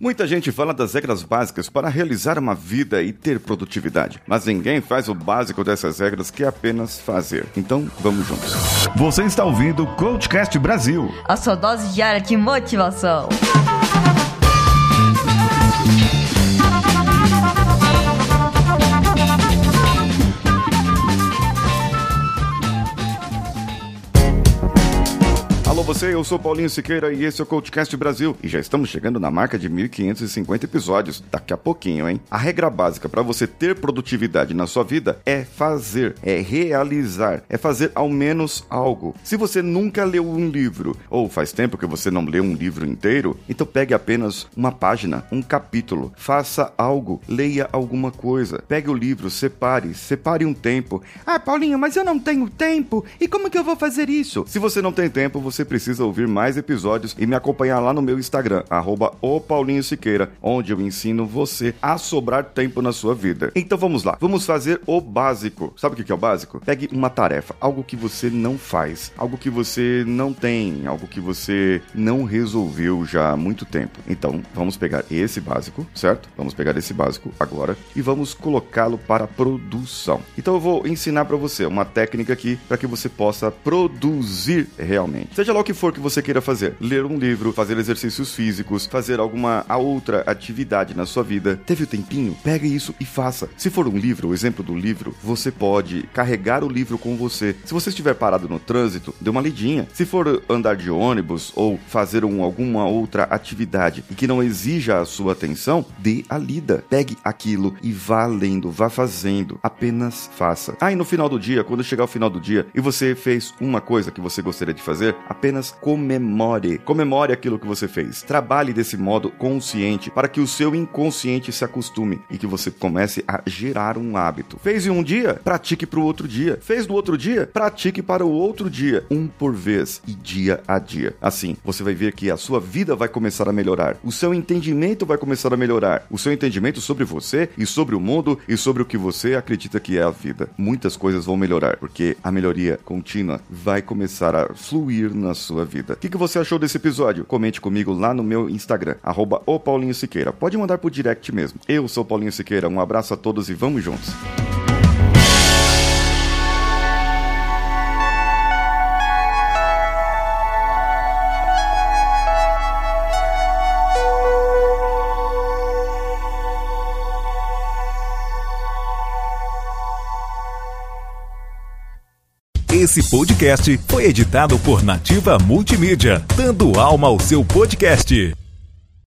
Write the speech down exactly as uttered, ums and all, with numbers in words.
Muita gente fala das regras básicas para realizar uma vida e ter produtividade, mas ninguém faz o básico dessas regras, que é apenas fazer. Então, vamos juntos. Você está ouvindo o Coachcast Brasil, a sua dose diária de motivação. Alô você, eu sou Paulinho Siqueira e esse é o Coachcast Brasil. E já estamos chegando na marca de mil quinhentos e cinquenta episódios, daqui a pouquinho, hein? A regra básica para você ter produtividade na sua vida é fazer, é realizar, é fazer ao menos algo. Se você nunca leu um livro, ou faz tempo que você não leu um livro inteiro, então pegue apenas uma página, um capítulo, faça algo, leia alguma coisa. Pegue o livro, separe, separe um tempo. Ah, Paulinho, mas eu não tenho tempo, e como que eu vou fazer isso? Se você não tem tempo, você precisa ouvir mais episódios e me acompanhar lá no meu Instagram, arroba o Paulinho Siqueira, onde eu ensino você a sobrar tempo na sua vida. Então vamos lá, vamos fazer o básico. Sabe o que é o básico? Pegue uma tarefa, algo que você não faz, algo que você não tem, algo que você não resolveu já há muito tempo. Então vamos pegar esse básico, certo? Vamos pegar esse básico agora e vamos colocá-lo para produção. Então eu vou ensinar para você uma técnica aqui para que você possa produzir realmente. Seja lá o que for que você queira fazer, ler um livro, fazer exercícios físicos, fazer alguma outra atividade na sua vida, teve o tempinho? Pega isso e faça. Se for um livro, o exemplo do livro, você pode carregar o livro com você. Se você estiver parado no trânsito, dê uma lidinha. Se for andar de ônibus ou fazer um, alguma outra atividade e que não exija a sua atenção, dê a lida. Pegue aquilo e vá lendo, vá fazendo. Apenas faça. Ah, e no final do dia, quando chegar o final do dia e você fez uma coisa que você gostaria de fazer, apenas comemore. Comemore aquilo que você fez. Trabalhe desse modo consciente para que o seu inconsciente se acostume e que você comece a gerar um hábito. Fez em um dia? Pratique para o outro dia. Fez no outro dia? Pratique para o outro dia. Um por vez e dia a dia. Assim, você vai ver que a sua vida vai começar a melhorar. O seu entendimento vai começar a melhorar. O seu entendimento sobre você e sobre o mundo e sobre o que você acredita que é a vida. Muitas coisas vão melhorar, porque a melhoria contínua vai começar a fluir na sua vida. O que, que você achou desse episódio? Comente comigo lá no meu Instagram, arroba o Paulinho Siqueira. Pode mandar por direct mesmo. Eu sou Paulinho Siqueira, um abraço a todos e vamos juntos. Esse podcast foi editado por Nativa Multimídia, dando alma ao seu podcast.